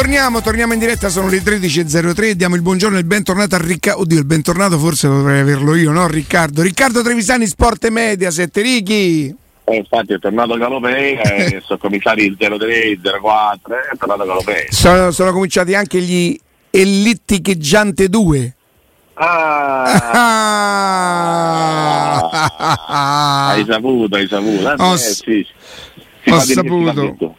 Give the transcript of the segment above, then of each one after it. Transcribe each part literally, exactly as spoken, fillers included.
Torniamo, torniamo in diretta, sono le tredici e zero tre, diamo il buongiorno e il bentornato a Riccardo. Oddio, il bentornato forse dovrei averlo io, no Riccardo? Riccardo Trevisani, Sport e Mediaset, Ricky. Eh, infatti è tornato Galopei e sono cominciati il zero tre, zero quattro, è tornato Galopei. Sono, sono cominciati anche gli Ellitticheggiante due. Ah, ah, hai saputo, hai saputo. Eh, ho, eh, sì. Si ho fa saputo.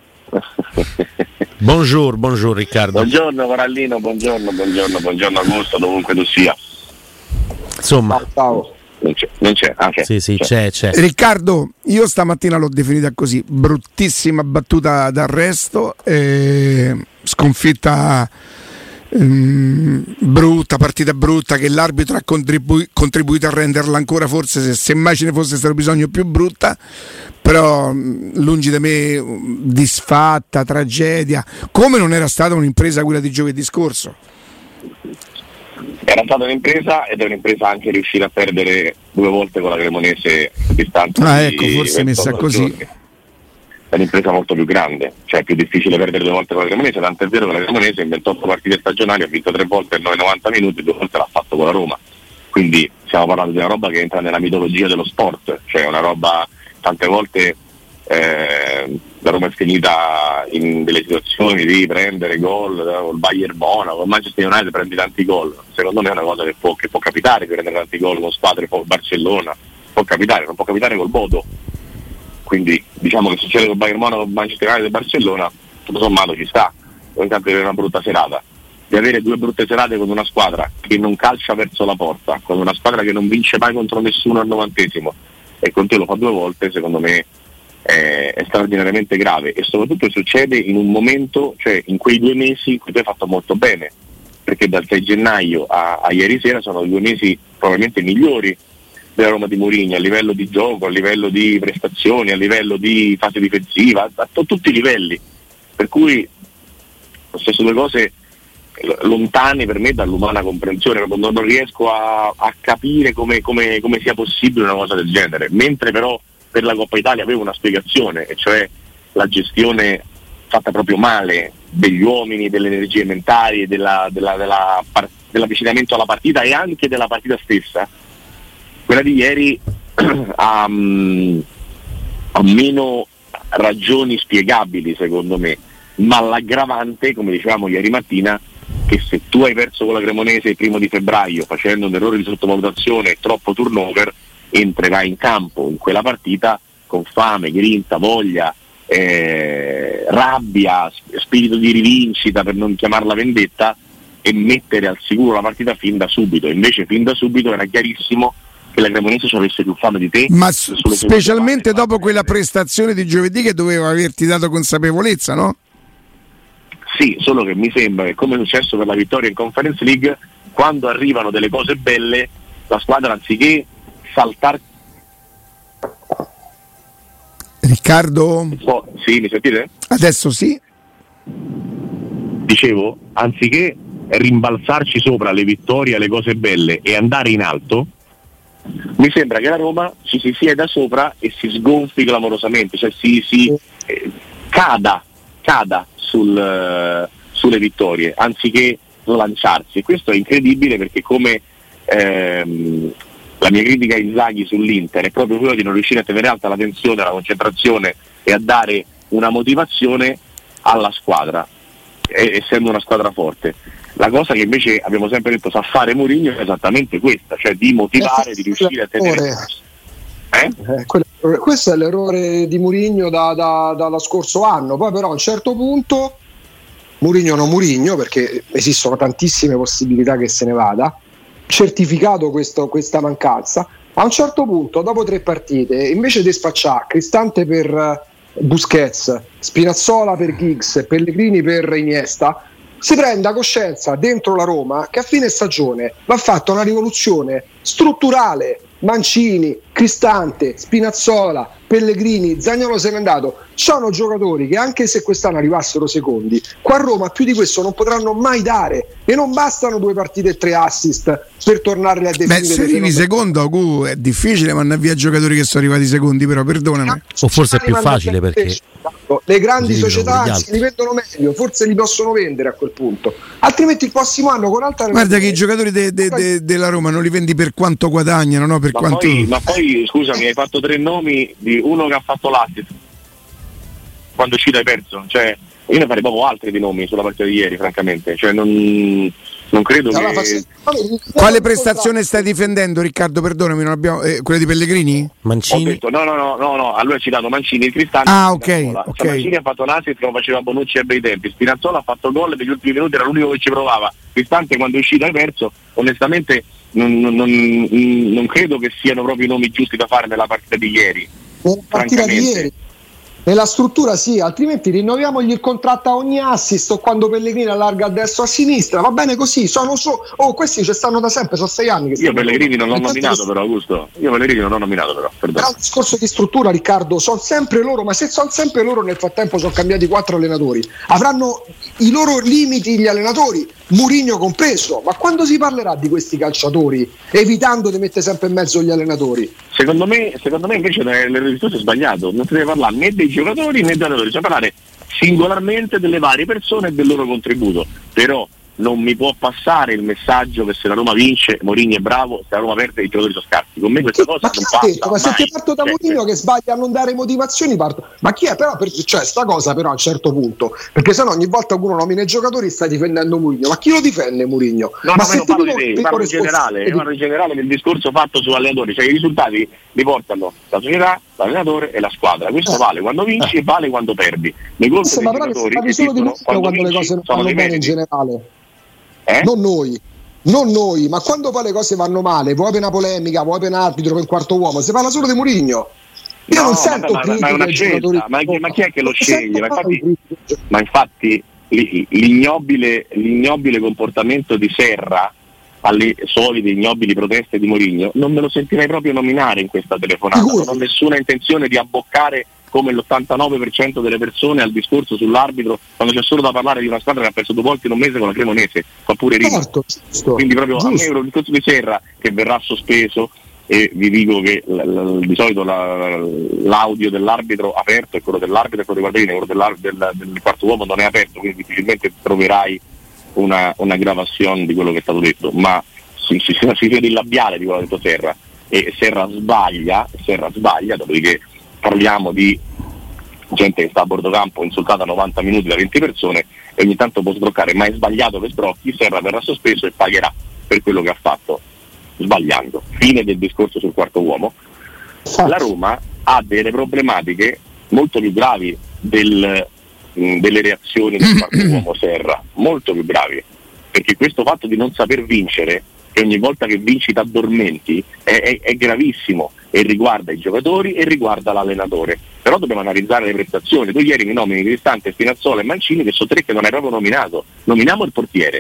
Buongiorno, buongiorno Riccardo. Buongiorno Corallino, buongiorno, buongiorno, buongiorno Augusto, dovunque tu sia. Insomma, ciao. Non c'è, non c'è. Ah, c'è. Sì, sì, c'è, c'è. Riccardo, io stamattina l'ho definita così, bruttissima battuta d'arresto, eh, sconfitta ehm, brutta, partita brutta, che l'arbitro ha contribu- contribuito a renderla ancora, forse se, se mai ce ne fosse stato bisogno, più brutta, però lungi da me disfatta, tragedia, come non era stata un'impresa quella di giovedì scorso. Era stata un'impresa ed è un'impresa anche riuscire a perdere due volte con la Cremonese a distanza. Ah, ecco, forse messa così. Giorni. È un'impresa molto più grande, cioè è più difficile perdere due volte con la Cremonese, tanto è vero che la Cremonese in ventotto partite stagionali ha vinto tre volte in novanta minuti, due volte l'ha fatto con la Roma. Quindi stiamo parlando di una roba che entra nella mitologia dello sport, cioè una roba tante volte eh, la Roma è finita in delle situazioni di prendere gol col Bayern Monaco, con Manchester United prendi tanti gol. Secondo me è una cosa che può, che può capitare, prendere tanti gol con squadre come Barcellona, può capitare, non può capitare col Bodo. Quindi diciamo che succede con Bayern Monaco, Manchester United e Barcellona, tutto sommato ci sta. Ogni tanto di avere una brutta serata, di avere due brutte serate con una squadra che non calcia verso la porta, con una squadra che non vince mai contro nessuno al novantesimo e con te lo fa due volte, secondo me è, è straordinariamente grave, e soprattutto succede in un momento, cioè in quei due mesi in cui tu hai fatto molto bene, perché dal sei gennaio a, a ieri sera sono due mesi probabilmente migliori della Roma di Mourinho, a livello di gioco, a livello di prestazioni, a livello di fase difensiva, a, a tutti i livelli, per cui sono state due cose lontane per me dall'umana comprensione, non, non riesco a, a capire come, come, come sia possibile una cosa del genere, mentre però per la Coppa Italia avevo una spiegazione, e cioè la gestione fatta proprio male degli uomini, delle energie mentali, della, della, della, dell'avvicinamento alla partita e anche della partita stessa. Quella di ieri ha, ha meno ragioni spiegabili secondo me, ma l'aggravante, come dicevamo ieri mattina, che se tu hai perso con la Cremonese il primo di febbraio facendo un errore di sottovalutazione e troppo turnover, entrerai in campo in quella partita con fame, grinta, voglia, eh, rabbia, spirito di rivincita, per non chiamarla vendetta, e mettere al sicuro la partita fin da subito. Invece fin da subito era chiarissimo che la Cremonese ci avesse più fame di te, ma s- specialmente dopo quella prestazione di giovedì che doveva averti dato consapevolezza, no? Sì, solo che mi sembra che, come è successo per la vittoria in Conference League, quando arrivano delle cose belle la squadra, anziché saltare. Riccardo? Oh, sì, mi sentite? Adesso sì. Dicevo, anziché rimbalzarci sopra le vittorie e le cose belle e andare in alto, mi sembra che la Roma ci si sieda sopra e si sgonfi clamorosamente, cioè si, si eh, cada, cada sul, uh, sulle vittorie, anziché lanciarsi. Questo è incredibile, perché come ehm, la mia critica a Inzaghi sull'Inter è proprio quella di non riuscire a tenere alta la tensione, la concentrazione e a dare una motivazione alla squadra, essendo una squadra forte. La cosa che invece abbiamo sempre detto sa fare Mourinho è esattamente questa, cioè di motivare, di riuscire a tenere. Eh? Eh, quello, questo è l'errore di Mourinho da, da, dallo scorso anno. Poi però a un certo punto Mourinho non Mourinho, perché esistono tantissime possibilità che se ne vada, certificato questo, questa mancanza, a un certo punto dopo tre partite, invece di spacciare Cristante per Busquets, Spinazzola per Giggs e Pellegrini per Iniesta, si prenda coscienza dentro la Roma che a fine stagione va fatta una rivoluzione strutturale. Mancini, Cristante, Spinazzola, Pellegrini, Zaniolo se n'è andato. Sono giocatori che anche se quest'anno arrivassero secondi, qua a Roma più di questo non potranno mai dare, e non bastano due partite e tre assist per tornare a definire. Beh, se arrivi secondo, Gu, è difficile mandare via giocatori che sono arrivati secondi, però perdonami. O forse è più facile perché le grandi società anzi, li vendono meglio, forse li possono vendere a quel punto, altrimenti il prossimo anno con alta. Guarda che i giocatori de, de, de, della Roma non li vendi per quanto guadagnano, no? Per ma, quanto... poi, ma poi scusami, hai fatto tre nomi di uno che ha fatto l'assist quando uscito hai perso, cioè io ne farei proprio altri di nomi sulla partita di ieri, francamente, cioè non, non credo allora, che faccio... Quale prestazione stai difendendo, Riccardo? Perdonami, non abbiamo eh, quella di Pellegrini? Mancini? Ho detto, no, no, no, no, no, allora ha citato Mancini, il Cristante. Ah, ok, okay. Cioè, Mancini ha fatto l'assist che lo faceva Bonucci a bei tempi, Spinazzola ha fatto gol negli ultimi minuti, era l'unico che ci provava. Cristante quando è uscito hai perso, onestamente non, non, non, non credo che siano proprio i nomi giusti da fare nella partita di ieri. Nella partita di ieri nella struttura sì, altrimenti rinnoviamogli il contratto a ogni assist o quando Pellegrini allarga a destra o a sinistra, va bene così, sono so- oh questi ci stanno da sempre, sono sei anni che io Pellegrini non l'ho Intanto nominato che... però Augusto, io Pellegrini non l'ho nominato però, però il discorso di struttura, Riccardo, sono sempre loro, ma se sono sempre loro nel frattempo sono cambiati quattro allenatori, avranno i loro limiti gli allenatori, Mourinho compreso, ma quando si parlerà di questi calciatori evitando di mettere sempre in mezzo gli allenatori? Secondo me, secondo me invece il discorso è sbagliato, non si deve parlare né dei giocatori né degli allenatori, bisogna parlare singolarmente delle varie persone e del loro contributo, però non mi può passare il messaggio che se la Roma vince Mourinho è bravo, se la Roma perde i giocatori sono scarsi. Con me questa cosa ma non passa detto, ma se ti parto da cioè, Mourinho che sbaglia a non dare motivazioni parto. Ma chi è però per, cioè sta cosa però a un certo punto, perché sennò ogni volta che uno nomina i giocatori sta difendendo Mourinho, ma chi lo difende Mourinho? No, ma ma se non parlo di te, parlo in generale, parlo in generale del discorso fatto su allenatori, cioè i risultati li portano la società, l'allenatore e la squadra. Questo eh. vale quando vinci eh. e vale quando perdi. Nei gol dei giocatori che solo di Mourinho quando, quando le cose non vanno bene in generale. Eh? Non noi, non noi, ma quando poi le cose vanno male, vuoi per una polemica, vuoi per un arbitro, per un quarto uomo, si parla solo di Mourinho. Io no, non sento ma, ma, ma è una scelta, ma, ma chi è che lo sceglie? Ma infatti, ma infatti l'ignobile, l'ignobile comportamento di Serra alle solite ignobili proteste di Mourinho non me lo sentirei proprio nominare in questa telefonata. Non ho nessuna intenzione di abboccare come l'ottantanove per cento delle persone al discorso sull'arbitro quando c'è solo da parlare di una squadra che ha perso due volte in un mese con la Cremonese, fa pure rima. Certo, giusto, quindi proprio giusto. A me il discorso di Serra che verrà sospeso, e vi dico che l- l- di solito la, l'audio dell'arbitro aperto è quello dell'arbitro e quello di Guardini, quello dell'ar- del, del quarto uomo non è aperto, quindi difficilmente troverai una, una gravazione di quello che è stato detto, ma si, si, si vede il labiale di quello che ha detto Serra, e Serra sbaglia, Serra sbaglia, dopodiché parliamo di gente che sta a bordo campo insultata novanta minuti da venti persone e ogni tanto può sbroccare, ma è sbagliato per sbrocchi, Serra verrà sospeso e pagherà per quello che ha fatto sbagliando. Fine del discorso sul quarto uomo. La Roma ha delle problematiche molto più gravi del, mh, delle reazioni del quarto uomo Serra, molto più gravi, perché questo fatto di non saper vincere, che ogni volta che vinci ti addormenti, è, è, è gravissimo e riguarda i giocatori e riguarda l'allenatore. Però dobbiamo analizzare le prestazioni. Tu ieri mi nomini Cristante, Spinazzola e Mancini, che sono tre che non hai proprio nominato. Nominiamo il portiere.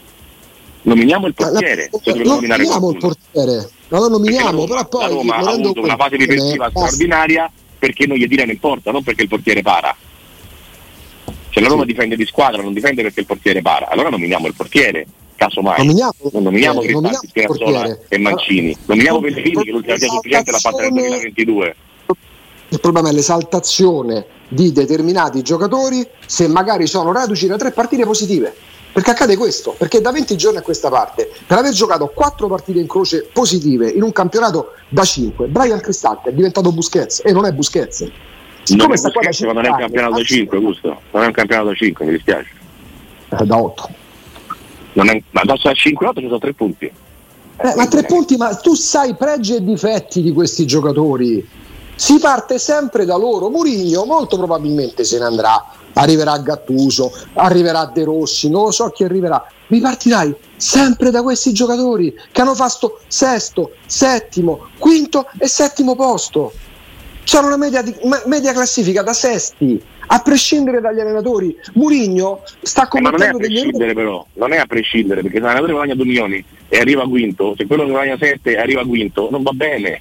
Nominiamo il portiere. La, se non nominiamo il portiere, non lo nominiamo, Roma, però poi la Roma ha avuto una fase difensiva straordinaria perché non gli tirano in porta, non perché il portiere para. Se la Roma sì. difende di squadra, non difende perché il portiere para. Allora nominiamo il portiere. Casomai nominiamo, non nominiamo eh, Cristante, Spinazzola e Mancini, nominiamo Pellegrini che l'ultima via sufficiente l'ha fatta nel duemilaventidue. Il problema è l'esaltazione di determinati giocatori se magari sono reduci da tre partite positive, perché accade questo, perché da venti giorni a questa parte, per aver giocato quattro partite in croce positive in un campionato da cinque, Brian Cristante è diventato Busquets e non è Busquets. Non è Busquets, ma non è un campionato da cinque, Augusto, non è un campionato da cinque, mi dispiace. È da otto. Non è, ma adesso a cinque otto ci sono tre punti. Eh, ma tre punti, ma tu sai pregi e difetti di questi giocatori. Si parte sempre da loro. Mourinho molto probabilmente se ne andrà, arriverà Gattuso, arriverà De Rossi, non lo so chi arriverà. Ripartirai sempre da questi giocatori che hanno fatto sesto, settimo, quinto e settimo posto. C'hanno una media, di, media classifica da sesti, a prescindere dagli allenatori. Mourinho sta commettendo degli errori. Ma non è a prescindere però, non è a prescindere, perché se l'allenatore guadagna due milioni e arriva quinto, se quello che guadagna sette arriva quinto, non va bene.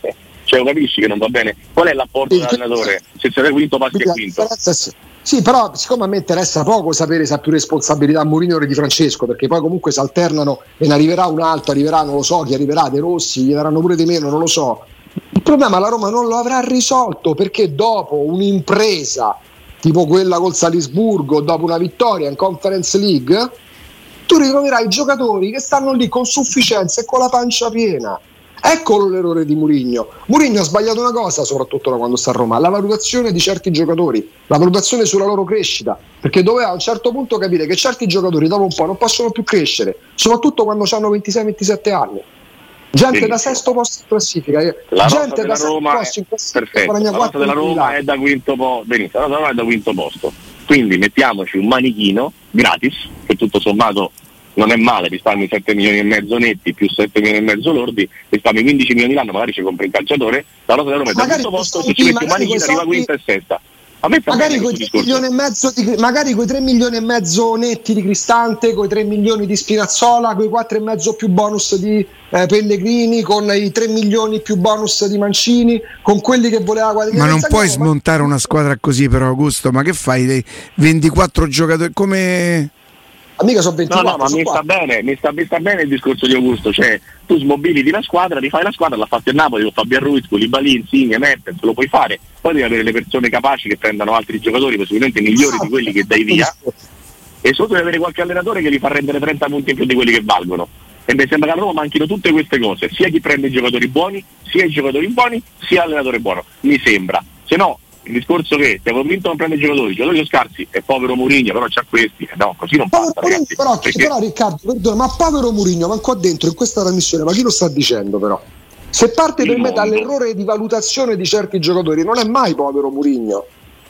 Cioè, capisci che non va bene? Qual è l'apporto sì, dell'allenatore? Se siete quinto, passi a quinto. Sì, però siccome a me interessa poco sapere se ha più responsabilità Mourinho o Di Francesco, perché poi comunque si alternano e ne arriverà un altro, arriverà, non lo so, chi arriverà, De Rossi, gli daranno pure di meno, non lo so. Il problema la Roma non lo avrà risolto, perché dopo un'impresa tipo quella col Salisburgo, dopo una vittoria in Conference League, tu ritroverai giocatori che stanno lì con sufficienza e con la pancia piena. Eccolo l'errore di Mourinho. Mourinho ha sbagliato una cosa, soprattutto da quando sta a Roma: la valutazione di certi giocatori, la valutazione sulla loro crescita, perché doveva a un certo punto capire che certi giocatori dopo un po' non possono più crescere, soprattutto quando hanno ventisei ventisette anni. Gente Benissimo. Da sesto posto in classifica, la gente da sesto posto in classifica, la rosa della Roma è da quinto posto. Benissimo, la rosa della Roma è da quinto posto. Quindi mettiamoci un manichino gratis, che tutto sommato non è male, risparmi sette milioni e mezzo netti più sette milioni e mezzo lordi, risparmi quindici milioni l'anno, magari ci compri un calciatore, la rosa della Roma è da quinto posto, se ci metti un manichino arriva quinta e sesta. A me magari quei tre milioni e mezzo di, magari quei tre milioni e mezzo netti di Cristante, quei tre milioni di Spinazzola, quei quattro e mezzo più bonus di eh, Pellegrini, con i tre milioni più bonus di Mancini, con quelli che voleva guadagnare. Ma non puoi smontare una squadra così, però, Augusto, ma che fai dei ventiquattro giocatori come... Amica sono ventiquattro, no, no, ma mi sta, bene, mi, sta, mi sta bene il discorso di Augusto, cioè tu smobiliti la squadra, rifai la squadra, l'ha fatta a Napoli con Fabian Ruiz, Koulibaly, Insigne, Mertens, lo puoi fare, poi devi avere le persone capaci che prendano altri giocatori, possibilmente migliori di quelli che dai via, e soprattutto devi avere qualche allenatore che li fa rendere trenta punti in più di quelli che valgono. E mi sembra che a Roma manchino tutte queste cose, sia chi prende i giocatori buoni, sia i giocatori buoni, sia l'allenatore buono, mi sembra. Se no, il discorso che ti avevo vinto non prende i giocatori, i giocatori sono scarsi, è povero Mourinho, però c'ha questi, no, così non povero passa, ragazzi. Però, perché... però Riccardo, perdona, ma povero Mourinho, ma qua dentro in questa trasmissione, ma chi lo sta dicendo però? Se parte per me dall'errore di valutazione di certi giocatori, non è mai povero Mourinho.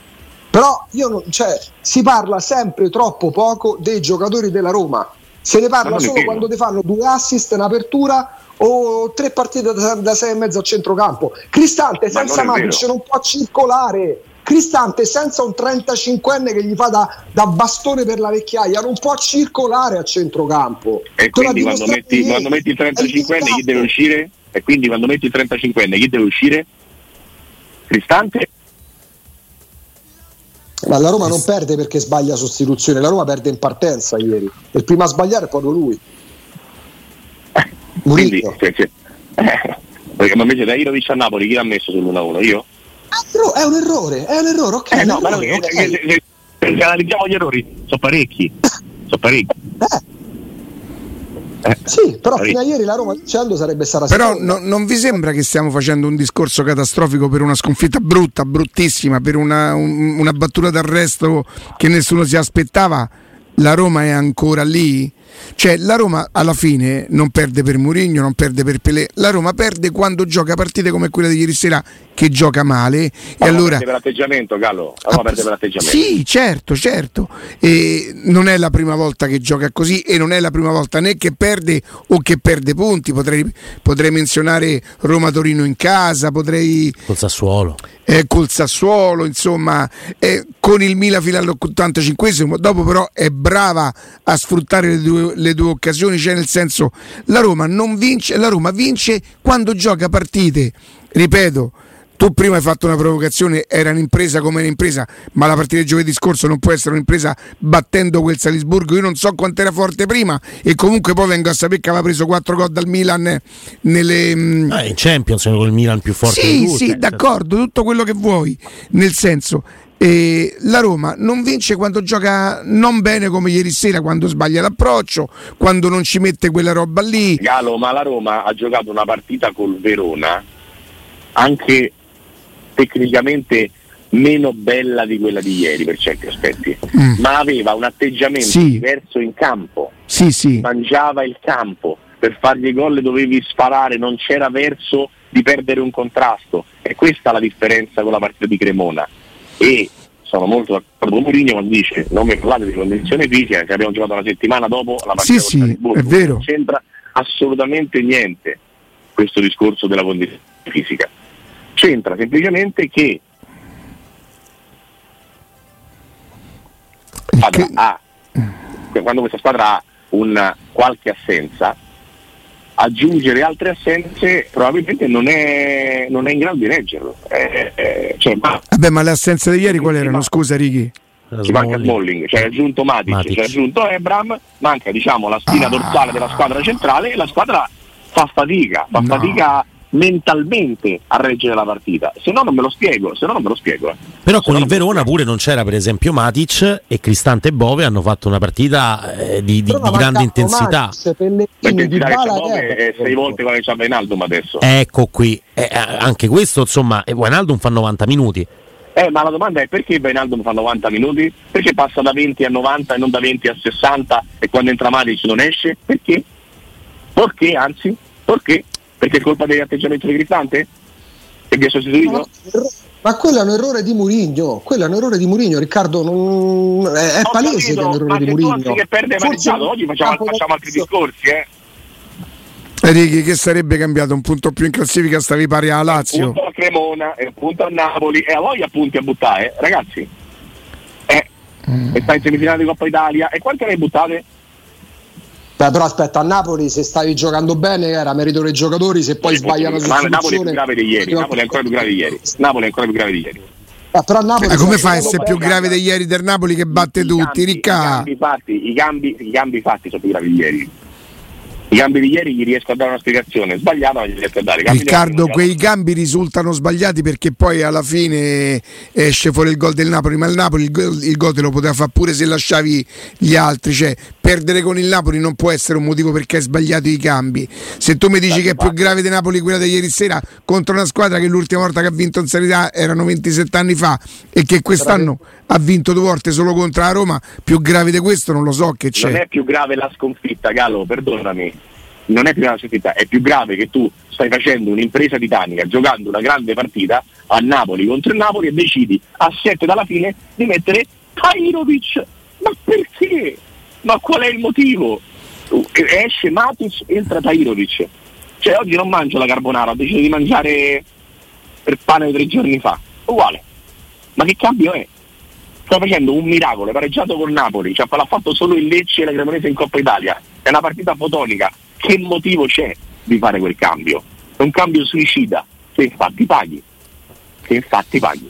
Però io non, cioè, si parla sempre troppo poco dei giocatori della Roma. Se ne parla solo quando ti fanno due assist in apertura o tre partite da, da sei e mezzo a centrocampo. Cristante ma senza Matic non può circolare. Cristante senza un trentacinquenne che gli fa da, da bastone per la vecchiaia non può circolare a centrocampo. E quindi quando metti, quando metti il trentacinquenne chi deve uscire? E quindi quando metti il trentacinquenne chi deve uscire? Cristante? Ma la Roma non perde perché sbaglia sostituzione, la Roma perde in partenza ieri. Il primo a sbagliare è proprio lui. Quindi, cioè, cioè, eh, perché ma invece da Irovic a Napoli chi l'ha messo sull'uno a uno? Io? È un errore, è un errore, ok. Eh, no, errore, ma no, okay. Se, se, se, se analizziamo gli errori, sono parecchi. Sono parecchi. Eh. Eh, sì, però parecchi. Fino a ieri la Roma dicendo sarebbe stata però no, non vi sembra che stiamo facendo un discorso catastrofico per una sconfitta brutta, bruttissima, per una, un, una battuta d'arresto che nessuno si aspettava? La Roma è ancora lì? Cioè la Roma alla fine non perde per Mourinho, non perde per Pelé, la Roma perde quando gioca partite come quella di ieri sera che gioca male e ma allora perde per l'atteggiamento, Gallo. La Roma ah, perde per l'atteggiamento. Sì, certo, certo. E non è la prima volta che gioca così e non è la prima volta né che perde o che perde punti. Potrei, potrei menzionare Roma-Torino in casa, potrei col Sassuolo. Eh, col Sassuolo, insomma, eh, con il Milan fino all'ottantacinquesimo, dopo però è brava a sfruttare le due, le due occasioni, cioè nel senso la Roma non vince, la Roma vince quando gioca partite, ripeto. Tu prima hai fatto una provocazione, era un'impresa come un'impresa, ma la partita di giovedì scorso non può essere un'impresa battendo quel Salisburgo. Io non so quanto era forte prima e comunque poi vengo a sapere che aveva preso quattro gol dal Milan nelle... Ah, in Champions con il Milan più forte sì, di tutti. Sì, d'accordo, tutto quello che vuoi, nel senso... E la Roma non vince quando gioca non bene come ieri sera, quando sbaglia l'approccio, quando non ci mette quella roba lì. Galo, ma la Roma ha giocato una partita col Verona anche tecnicamente meno bella di quella di ieri per certi aspetti, mm. ma aveva un atteggiamento sì. diverso in campo, sì, sì. mangiava il campo, per fargli i gol dovevi sparare, non c'era verso di perdere un contrasto, e questa è la differenza con la partita di Cremona. E sono molto d'accordo con Mourinho quando dice non mi parlate di condizione fisica, che abbiamo giocato una settimana dopo la partita sì, con sì, è vero. Non c'entra assolutamente niente questo discorso della condizione fisica, c'entra semplicemente che ha, quando questa squadra ha una qualche assenza aggiungere altre assenze probabilmente non è, non è in grado di reggerlo. Eh, eh, cioè, ma, Vabbè, ma le assenze di ieri quali erano? Scusa Righi. Ci manca Smalling, cioè aggiunto Matic, Matic. c'è aggiunto Ebram, manca diciamo la spina ah. dorsale della squadra centrale e la squadra fa fatica, fa no. fatica mentalmente a reggere la partita, se no non me lo spiego, se no non me lo spiego. Eh. Però se con no il Verona pure non c'era per esempio Matic e Cristante e Bove hanno fatto una partita eh, di, di, di grande intensità. L'intensità che c'è Bove è sei volte quella che c'ha Wijnaldum adesso. Ecco qui, eh, anche questo insomma, Wijnaldum fa novanta minuti. Eh, ma la domanda è perché Wijnaldum fa novanta minuti? Perché passa da venti a novanta e non da venti a sessanta e quando entra Matic non esce? Perché? Perché anzi? Perché? Perché è colpa degli atteggiamenti di Cristante? Che vi ha sostituito? Ma, ma quello è un errore di Mourinho, quello è un errore di Mourinho, Riccardo, non... è, è palese che è un errore di Mourinho. Ma che perde pareggiato, oggi facciamo, facciamo altri discorsi, eh? Righi, che sarebbe cambiato? Un punto più in classifica, stavi pari alla Lazio. Un punto a Cremona, e un punto a Napoli, e a voi appunti a buttare, eh? Ragazzi. Eh, mm. E sta in semifinale di Coppa Italia, e quante ne hai buttate? Beh, però aspetta, a Napoli se stavi giocando bene era merito dei giocatori, se poi sbagliano la sostituzione... Napoli è più grave di ieri, Napoli è ancora più grave di ieri. Napoli è ancora più grave di ieri. Eh, però Napoli Ma come fa a essere più grave di ieri del Napoli che batte I tutti, cambi, Ricca? I cambi, fatti, i, cambi, I cambi fatti sono più gravi di ieri. I cambi di ieri gli riesco a dare una spiegazione sbagliata, ma gli riesco a dare. Riccardo, quei cambi risultano sbagliati perché poi alla fine esce fuori il gol del Napoli, ma il Napoli il gol, il gol te lo poteva fare pure se lasciavi gli altri, cioè perdere con il Napoli non può essere un motivo perché hai sbagliato i cambi. Se tu mi dici che è più grave di Napoli quella di ieri sera contro una squadra che l'ultima volta che ha vinto in Serie A erano ventisette anni fa e che quest'anno ha vinto due volte solo contro la Roma, più grave di questo non lo so che c'è. Non è più grave la sconfitta, Gallo, perdonami. Non è più grave la sconfitta, è più grave che tu stai facendo un'impresa titanica, giocando una grande partita a Napoli contro il Napoli e decidi a sette dalla fine di mettere Tahirovic. Ma perché? Ma qual è il motivo? Esce Matic, entra Tahirovic. Cioè oggi non mangio la carbonara, ho deciso di mangiare per pane tre giorni fa. Uguale. Ma che cambio è? Sta facendo un miracolo, è pareggiato con Napoli, cioè l'ha fatto solo il Lecce e la Cremonese in Coppa Italia. È una partita fotonica. Che motivo c'è di fare quel cambio? È un cambio suicida, che infatti paghi. Che infatti paghi.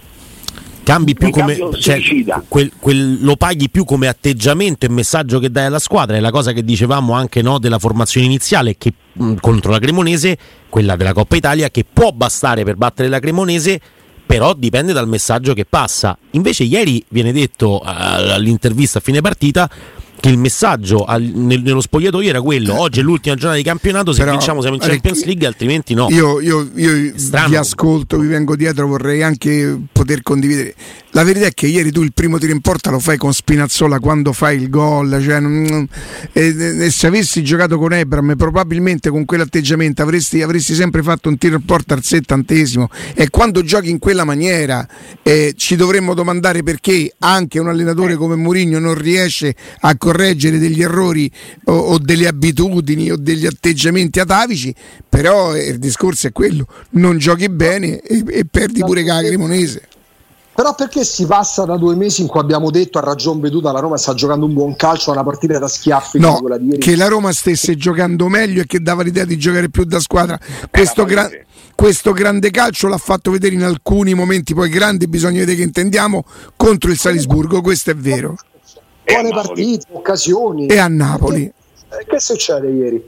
Cambi più come cioè, quel, quel, lo paghi più come atteggiamento e messaggio che dai alla squadra. È la cosa che dicevamo anche no, della formazione iniziale che mh, contro la Cremonese, quella della Coppa Italia, che può bastare per battere la Cremonese, però dipende dal messaggio che passa. Invece ieri viene detto uh, all'intervista a fine partita che il messaggio al, nel, nello spogliatoio era quello: oggi è l'ultima giornata di campionato, se però, vinciamo siamo in Champions League, altrimenti no. Io, io, io vi ascolto, vi vengo dietro, vorrei anche poter condividere. La verità è che ieri tu il primo tiro in porta lo fai con Spinazzola quando fai il gol, cioè, non, e, e se avessi giocato con Ebram probabilmente con quell'atteggiamento avresti, avresti sempre fatto un tiro in porta al settantesimo, e quando giochi in quella maniera eh, ci dovremmo domandare perché anche un allenatore come Mourinho non riesce a correggere degli errori o, o delle abitudini o degli atteggiamenti atavici. Però eh, il discorso è quello: non giochi bene e, e perdi pure con la Cremonese. Però perché si passa da due mesi in cui abbiamo detto a ragion veduta la Roma sta giocando un buon calcio a una partita da schiaffi? No, quella di ieri. Che la Roma stesse giocando meglio e che dava l'idea di giocare più da squadra. Questo, gra- questo grande calcio l'ha fatto vedere in alcuni momenti, poi grandi bisogna vedere che intendiamo, contro il Salisburgo, questo è vero. Buone partite, occasioni. E a Napoli. Che, che succede ieri?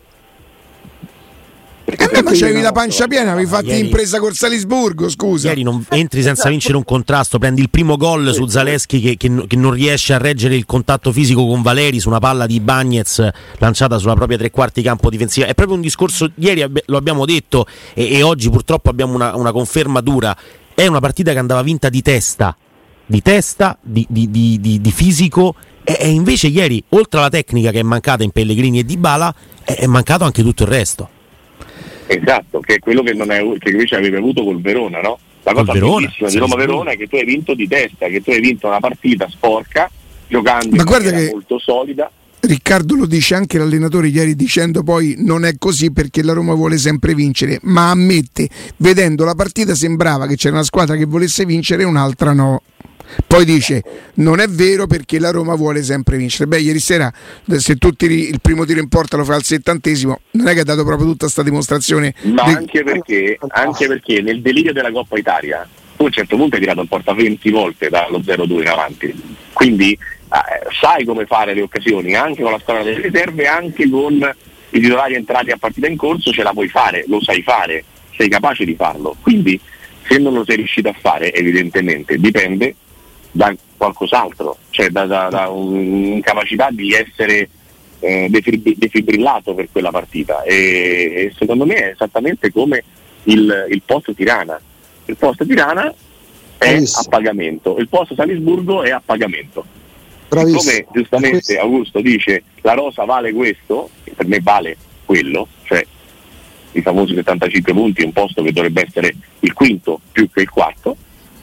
Eh beh, ma c'avevi la pancia piena, avevi fatto impresa col Salisburgo, scusa. Ieri non entri senza vincere un contrasto, prendi il primo gol su Zaleschi che, che, che non riesce a reggere il contatto fisico con Valeri su una palla di Bagnez lanciata sulla propria tre quarti campo difensiva. È proprio un discorso, ieri lo abbiamo detto e, e oggi purtroppo abbiamo una, una conferma dura. È una partita che andava vinta di testa, di testa, di, di, di, di, di fisico, e, e invece ieri, oltre alla tecnica che è mancata in Pellegrini e Dybala, è, è mancato anche tutto il resto. Esatto, che è quello che, non è, che invece avevi avuto col Verona, no? La cosa bellissima di Roma-Verona è che tu hai vinto di testa, che tu hai vinto una partita sporca, giocando ma in guarda maniera che molto solida. Riccardo lo dice anche l'allenatore ieri, dicendo poi non è così perché la Roma vuole sempre vincere, ma ammette, vedendo la partita sembrava che c'era una squadra che volesse vincere e un'altra no. Poi dice non è vero perché la Roma vuole sempre vincere. Beh, ieri sera se tu tiri il primo tiro in porta lo fai al settantesimo, non è che ha dato proprio tutta questa dimostrazione. Ma di... anche, perché, anche perché nel delirio della Coppa Italia tu a un certo punto hai tirato in porta venti volte dallo zero due in avanti, quindi eh, sai come fare le occasioni anche con la squadra delle riserve, anche con i titolari entrati a partita in corso, ce la puoi fare, lo sai fare, sei capace di farlo. Quindi se non lo sei riuscito a fare, evidentemente dipende da qualcos'altro, cioè da, da, da un'incapacità di essere eh, defibri- defibrillato per quella partita, e, e secondo me è esattamente come il, il post Tirana. Il post Tirana è Bravissimo. a pagamento, il post Salisburgo è a pagamento. Bravissimo. Come giustamente Augusto dice, la rosa vale questo, e per me vale quello, cioè i famosi settantacinque punti, un posto che dovrebbe essere il quinto più che il quarto.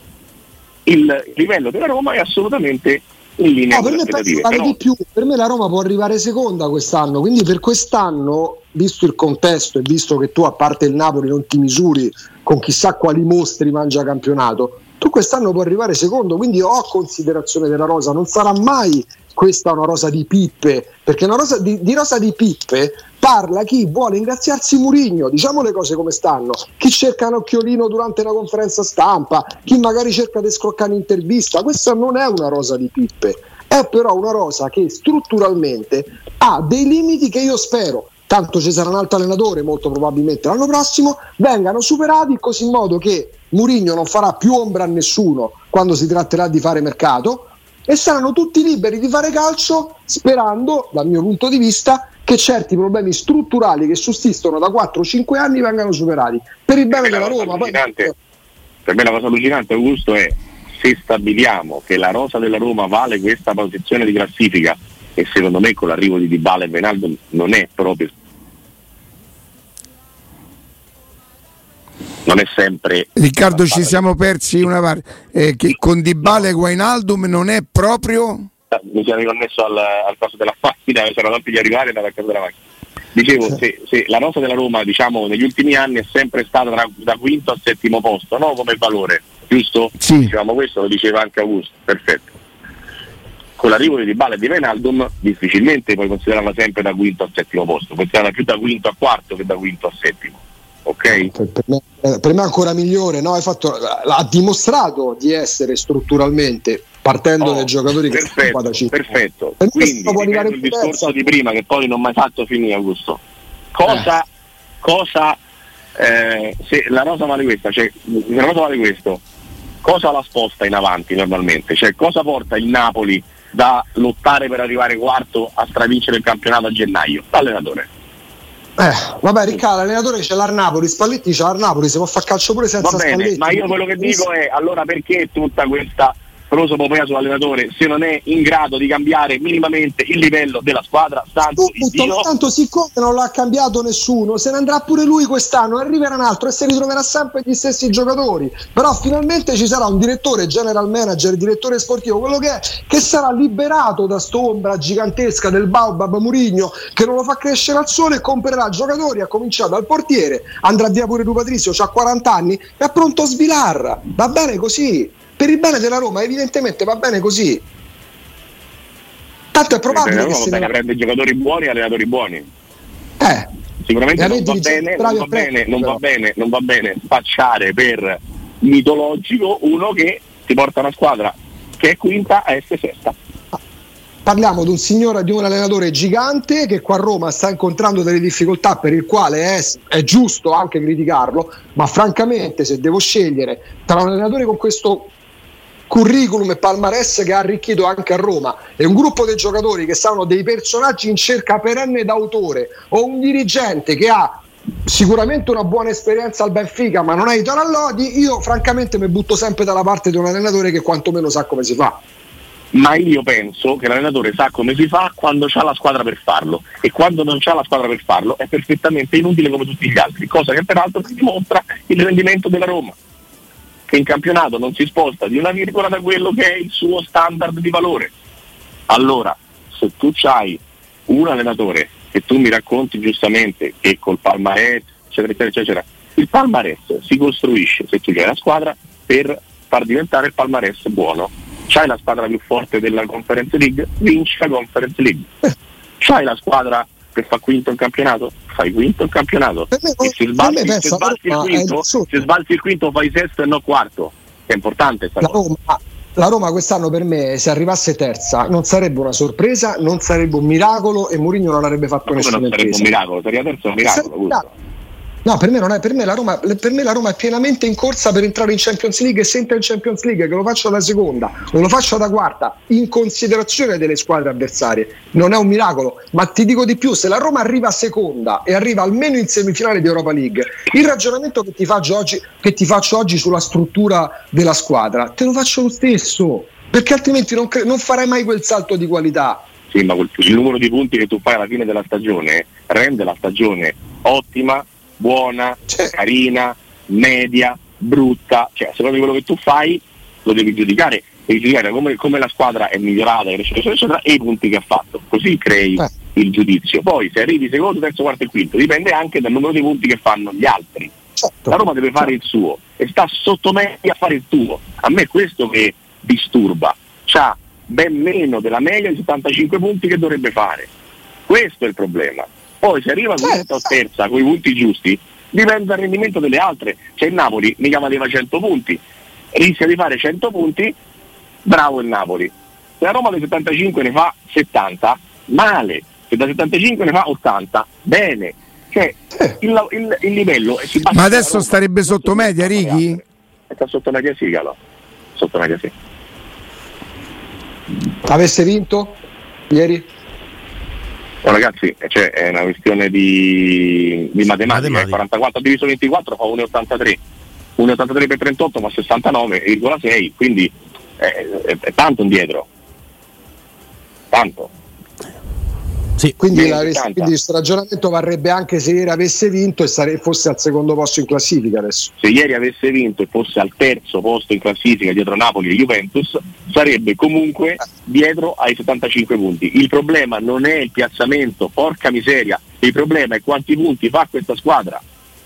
Il livello della Roma è assolutamente in linea No, con per le me penso aspettative. vale Però... di più. Per me la Roma può arrivare seconda quest'anno, quindi per quest'anno, visto il contesto e visto che tu a parte il Napoli non ti misuri con chissà quali mostri mangia campionato, tu quest'anno puoi arrivare secondo, quindi ho considerazione della rosa. Non sarà mai questa una rosa di pippe, perché una rosa di, di rosa di pippe parla chi vuole ingraziarsi Mourinho, diciamo le cose come stanno, chi cerca un occhiolino durante una conferenza stampa, chi magari cerca di scroccare un'intervista. Questa non è una rosa di pippe, è però una rosa che strutturalmente ha dei limiti che io spero, tanto ci sarà un altro allenatore molto probabilmente l'anno prossimo, vengano superati, così in modo che Mourinho non farà più ombra a nessuno quando si tratterà di fare mercato e saranno tutti liberi di fare calcio, sperando, dal mio punto di vista, che certi problemi strutturali che sussistono da quattro cinque anni vengano superati per il bene della Roma. Poi... Per me la cosa allucinante, Augusto, è se stabiliamo che la rosa della Roma vale questa posizione di classifica, e secondo me con l'arrivo di Dybala e Wijnaldum non è proprio, non è sempre. Riccardo, ci siamo persi una parte eh, che con Dybala e Wijnaldum non è proprio. Mi si è riconnesso al, al caso della macchina, c'erano tanti di arrivare dalla casa della macchina. Dicevo, se, se la rosa della Roma, diciamo, negli ultimi anni è sempre stata da, da quinto al settimo posto, no? Come valore, giusto? Sì. Diciamo, questo lo diceva anche Augusto, perfetto. Con l'arrivo di Dybala e di Wijnaldum difficilmente puoi considerarla sempre da quinto al settimo posto, puoi considerarla più da quinto a quarto che da quinto a settimo. Okay. Per, per, me, per me è ancora migliore, no? Hai fatto, ha dimostrato di essere strutturalmente, partendo oh, dai giocatori che perfetto, sono da cinque. perfetto. Per Quindi può arrivare il discorso di prima che poi non mi hai fatto finire, Augusto. Cosa, eh. cosa eh, se la rosa vale questa, cioè se la rosa vale questo, cosa la sposta in avanti normalmente? Cioè cosa porta il Napoli da lottare per arrivare quarto a stravincere il campionato a gennaio? L'allenatore. Eh, vabbè Riccardo, l'allenatore c'è l'Arnapoli, Spalletti c'è l'Arnapoli, si può far calcio pure senza Va bene, Spalletti. ma io quello che dico è, allora perché tutta questa prosopopea sull'allenatore se non è in grado di cambiare minimamente il livello della squadra? Santo Tutto, Dio. tanto siccome non l'ha cambiato nessuno, se ne andrà pure lui quest'anno, arriverà un altro e si ritroverà sempre gli stessi giocatori, però finalmente ci sarà un direttore, general manager, direttore sportivo, quello che è, che sarà liberato da st'ombra gigantesca del Baobab Mourinho che non lo fa crescere al sole e comprerà giocatori, a cominciare dal portiere, andrà via pure tu Patrizio, c'ha quaranta anni e è pronto a svilarra, va bene così. Per il bene della Roma evidentemente va bene così. Tanto è probabile che se ne prende giocatori buoni e allenatori buoni. Eh, sicuramente non va bene, non va bene, non va bene, non va bene spacciare per mitologico uno che ti porta una squadra che è quinta a essere sesta. Parliamo di un signore, di un allenatore gigante che qua a Roma sta incontrando delle difficoltà per il quale è, è giusto anche criticarlo, ma francamente se devo scegliere tra un allenatore con questo curriculum e palmarès che ha arricchito anche a Roma e un gruppo di giocatori che sono dei personaggi in cerca perenne d'autore o un dirigente che ha sicuramente una buona esperienza al Benfica ma non ha i tarallodi, io francamente mi butto sempre dalla parte di un allenatore che quantomeno sa come si fa. Ma io penso che l'allenatore sa come si fa quando c'ha la squadra per farlo, e quando non c'ha la squadra per farlo è perfettamente inutile come tutti gli altri, cosa che peraltro dimostra il rendimento della Roma, che in campionato non si sposta di una virgola da quello che è il suo standard di valore. Allora, se tu c'hai un allenatore che tu mi racconti giustamente che col palmarès eccetera eccetera eccetera, il palmarès si costruisce se tu c'hai la squadra per far diventare il palmarès buono. C'hai la squadra più forte della Conference League, vinci la Conference League. C'hai la squadra che fa quinto in campionato, fai quinto in campionato. Me, e se sbalzi, se sbalzi il quinto, se sbalzi il quinto fai sesto e non quarto. È importante sta la cosa. Roma, la Roma quest'anno per me, se arrivasse terza, non sarebbe una sorpresa, non sarebbe un miracolo e Mourinho non avrebbe fatto nessuna impresa. Non sarebbe un miracolo, sarebbe terza un miracolo. No, per me non è, per me la Roma, per me la Roma è pienamente in corsa per entrare in Champions League, e se entra in Champions League, che lo faccia da seconda o lo faccia da quarta, in considerazione delle squadre avversarie, non è un miracolo. Ma ti dico di più, se la Roma arriva a seconda e arriva almeno in semifinale di Europa League, il ragionamento che ti faccio oggi, che ti faccio oggi sulla struttura della squadra, te lo faccio lo stesso, perché altrimenti non, cre- non farai mai quel salto di qualità. Sì, ma il numero di punti che tu fai alla fine della stagione rende la stagione ottima, buona, cioè, carina, media, brutta, cioè secondo quello che tu fai lo devi giudicare, devi giudicare come, come la squadra è migliorata, eccetera, eccetera, e i punti che ha fatto, così crei eh. il giudizio. Poi se arrivi secondo, terzo, quarto e quinto dipende anche dal numero di punti che fanno gli altri. Certo. La Roma deve fare il suo e sta sotto media a fare il tuo. A me è questo che disturba, c'ha ben meno della media di settantacinque punti che dovrebbe fare, questo è il problema. Poi se arriva quinta o terza con i punti giusti, dipende dal rendimento delle altre. Cioè il Napoli mica valeva cento punti, rischia di fare cento punti, bravo il Napoli. Se la Roma dei settantacinque ne fa settanta, male. Se da settantacinque ne fa ottanta, bene. Cioè il, il, il livello si ma adesso Roma, starebbe sotto media, Righi? Sta sotto media sì, Galo. Sotto media sì. Avesse vinto ieri? No, ragazzi, cioè, è una questione di, di matematica. matematica. quarantaquattro diviso ventiquattro fa uno virgola ottantatré, uno virgola ottantatré per trentotto fa sessantanove virgola sei, quindi è, è, è tanto indietro. Tanto. Sì. Quindi, la, quindi questo ragionamento varrebbe anche se ieri avesse vinto e sare, fosse al secondo posto in classifica adesso. Se ieri avesse vinto e fosse al terzo posto in classifica dietro Napoli e Juventus, sarebbe comunque dietro ai settantacinque punti. Il problema non è il piazzamento, porca miseria, il problema è quanti punti fa questa squadra.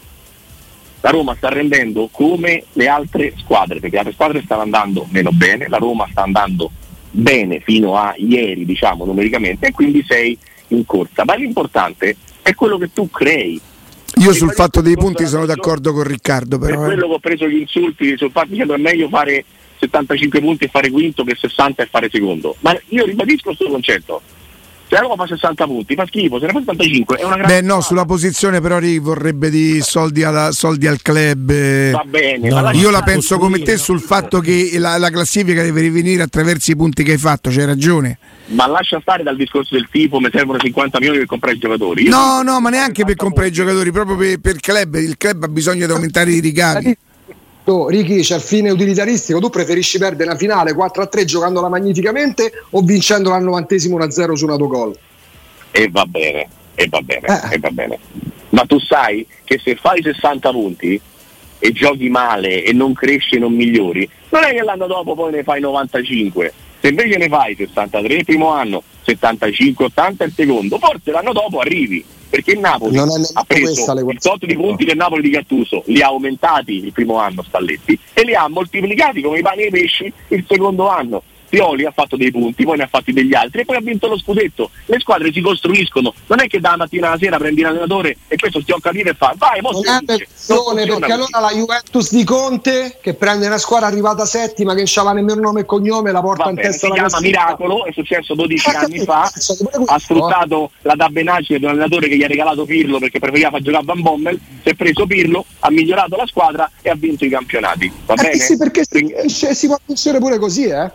La Roma sta rendendo come le altre squadre, perché le altre squadre stanno andando meno bene, la Roma sta andando bene fino a ieri, diciamo, numericamente, e quindi sei in corsa, ma l'importante è quello che tu crei. Io e sul fatto dei punti sono d'accordo con Riccardo, però per quello eh. che ho preso gli insulti sul fatto che è meglio fare settantacinque punti e fare quinto che sessanta e fare secondo, ma io ribadisco questo concetto. Se la Roma fa sessanta punti fa schifo, se ne fa settantacinque è una grande. Beh no, sulla posizione però Righi vorrebbe di soldi, alla, soldi al club. Va bene, no, ma io la penso come te sul fatto che la, la classifica deve rivenire attraverso i punti che hai fatto, c'hai ragione. Ma lascia stare dal discorso del tipo mi servono cinquanta milioni per comprare i giocatori. Io no, no, ma neanche per comprare i giocatori, proprio per, per il club. Il club ha bisogno di aumentare i ricavi. Oh, Ricky, c'è il fine utilitaristico. Tu preferisci perdere una finale quattro a tre giocandola magnificamente o vincendola al novantesimo uno a zero su un autogol? E va bene, e va bene, eh. e va bene. Ma tu sai che se fai sessanta punti e giochi male e non cresci e non migliori, non è che l'anno dopo poi ne fai novantacinque. Se invece ne fai sessantatré il primo anno, settantacinque ottanta il secondo, forse l'anno dopo arrivi, perché il Napoli ha preso il tot di punti del Napoli di Gattuso, li ha aumentati il primo anno Spalletti e li ha moltiplicati come i pani e i pesci il secondo anno. Pioli ha fatto dei punti, poi ne ha fatti degli altri e poi ha vinto lo scudetto. Le squadre si costruiscono, non è che da mattina alla sera prendi l'allenatore e questo stiamo a capire e fa vai, mo non è attenzione, perché allora la Juventus di Conte che prende una squadra arrivata settima che non c'aveva nemmeno nome e cognome, la porta in testa alla classifica. Si chiama Miracolo, è successo dodici anni fa, ha sfruttato la dabbenaggine di un allenatore che gli ha regalato Pirlo perché preferiva far giocare Van Bommel, si è preso Pirlo, ha migliorato la squadra e ha vinto i campionati. Va eh bene? Sì, perché si, si può vincere pure così, eh?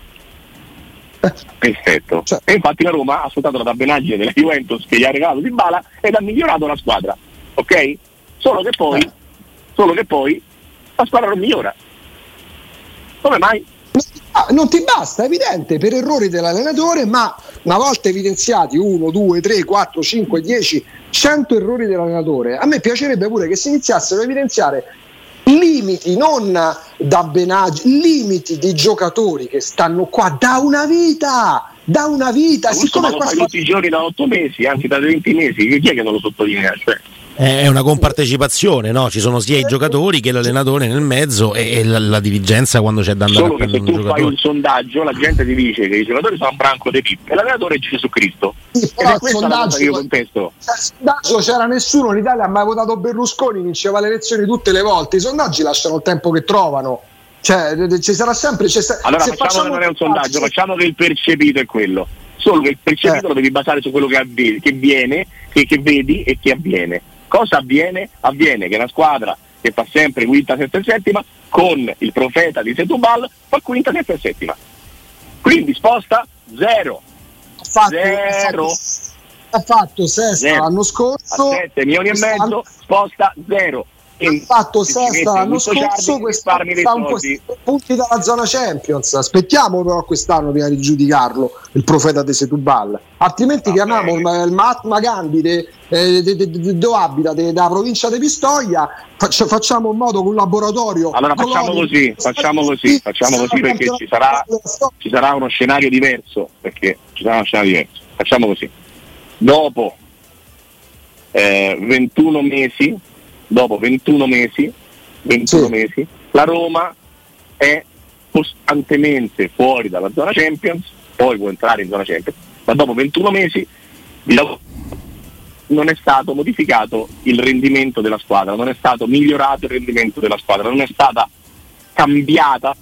Perfetto, cioè, e infatti la Roma ha sfruttato la dabbenaggine della Juventus che gli ha regalato Dybala ed ha migliorato la squadra, ok? Solo che poi eh. solo che poi la squadra non migliora. Come mai? Ah, non ti basta, è evidente, per errori dell'allenatore, ma una volta evidenziati uno, due, tre, quattro, cinque, dieci, cento errori dell'allenatore, a me piacerebbe pure che si iniziassero a evidenziare limiti, non dabbenaggi, limiti di giocatori che stanno qua da una vita, da una vita. Siccome qua tutti i giorni da otto mesi, anzi da venti mesi, chi è che non lo sottolinea? Cioè, È una compartecipazione, no? Ci sono sia i giocatori che l'allenatore nel mezzo e, e la, la dirigenza quando c'è da andare Solo a prendere che se un tu giocatore. fai un sondaggio la gente ti dice che i giocatori sono un branco di pippe e l'allenatore è Gesù Cristo. Sì, ed è questa la cosa che io contesto. Il sondaggio c'era nessuno in Italia ha mai votato Berlusconi, vinceva le elezioni tutte le volte. I sondaggi lasciano il tempo che trovano. Cioè, ci sarà sempre. C'è, allora se facciamo, facciamo che non è un sondaggio, facciamo che il percepito è quello. Solo che il percepito eh. lo devi basare su quello che avviene, che viene, che, che vedi e che avviene. Cosa avviene? Avviene che una squadra che fa sempre quinta, sesta e settima, con il profeta di Setúbal fa quinta, sesta e settima. Quindi sposta zero. Ha fatto, zero. Ha fatto sesta zero. L'anno scorso. A sette milioni e mezzo, sposta zero. Ha fatto sesta l'anno scorso, quest'anno sta un po' punti dalla zona Champions. Aspettiamo però quest'anno prima di giudicarlo il profeta di Setúbal, altrimenti ah, chiamiamo bene. il Mahatma Gandhi de, de, de, de, de, dove abita, della provincia di Pistoia, faccia, facciamo un modo un laboratorio. Allora facciamo così, facciamo così, facciamo così perché ci sarà, ci sarà uno scenario diverso, perché ci sarà uno scenario diverso. Facciamo così. Dopo eh, ventuno mesi Dopo ventuno mesi, ventuno sì. mesi, la Roma è costantemente fuori dalla zona Champions, poi può entrare in zona Champions, ma dopo ventuno mesi non è stato modificato il rendimento della squadra, non è stato migliorato il rendimento della squadra, non è stata cambiata.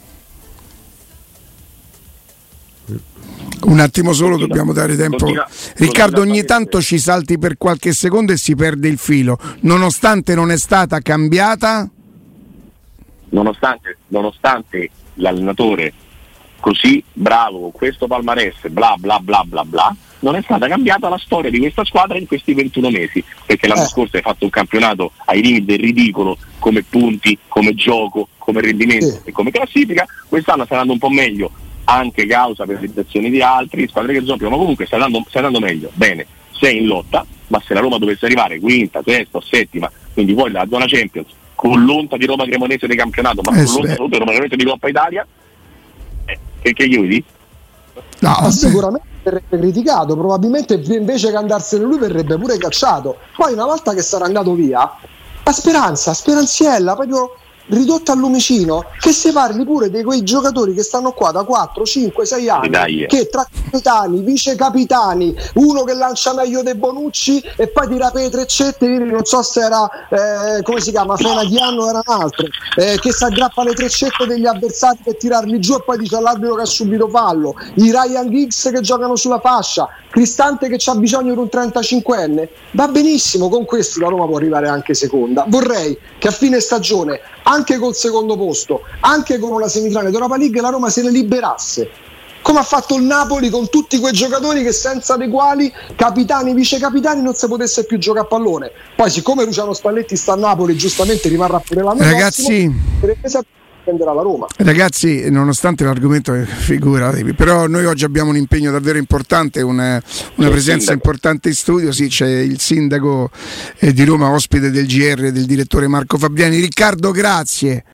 Un attimo solo, continua, dobbiamo dare tempo. Continua, Riccardo, ogni tanto ci salti per qualche secondo e si perde il filo. Nonostante non è stata cambiata? Nonostante, nonostante l'allenatore così bravo, con questo palmarès, bla bla bla bla bla, non è stata cambiata la storia di questa squadra in questi ventuno mesi, perché l'anno eh. scorso hai fatto un campionato ai limiti del ridicolo come punti, come gioco, come rendimento eh. e come classifica. Quest'anno sta andando un po' meglio, anche causa penalizzazioni di altri, squadre che giocano, ma comunque sta andando, sta andando meglio. Bene, sei in lotta, ma se la Roma dovesse arrivare quinta, sesta o settima, quindi poi la zona Champions, con l'onta di Roma Cremonese di campionato, ma eh con l'onta di Roma Cremonese di Coppa Italia, eh, che, che io vedi? No, sicuramente verrebbe criticato, probabilmente invece che andarsene lui verrebbe pure cacciato. Poi una volta che sarà andato via, la speranza, speranziella, proprio ridotta al lumicino, che si parli pure di quei giocatori che stanno qua da quattro, cinque, sei anni, Dai. che tra capitani, vice capitani, uno che lancia meglio dei Bonucci e poi tira per le treccette, non so se era eh, come si chiama, Fenadiano o era un altro, eh, che si aggrappa le treccette degli avversari per tirarli giù e poi dice all'arbitro che ha subito fallo, i Ryan Giggs che giocano sulla fascia, Cristante che c'ha bisogno di un trentacinquenne. Va benissimo, con questi la Roma può arrivare anche seconda. Vorrei che a fine stagione, anche col secondo posto, anche con una semifinale d'Europa League, la Roma se ne liberasse, come ha fatto il Napoli con tutti quei giocatori che senza dei quali capitani, vice capitani, non si potesse più giocare a pallone. Poi siccome Luciano Spalletti sta a Napoli, giustamente rimarrà pure l'anno ragazzi prossimo, prenderà la Roma. Ragazzi, nonostante l'argomento, figuratevi, però noi oggi abbiamo un impegno davvero importante, una, una presenza importante in studio. Sì, c'è il sindaco eh, di Roma, ospite del G R del direttore Marco Fabiani. Riccardo, grazie.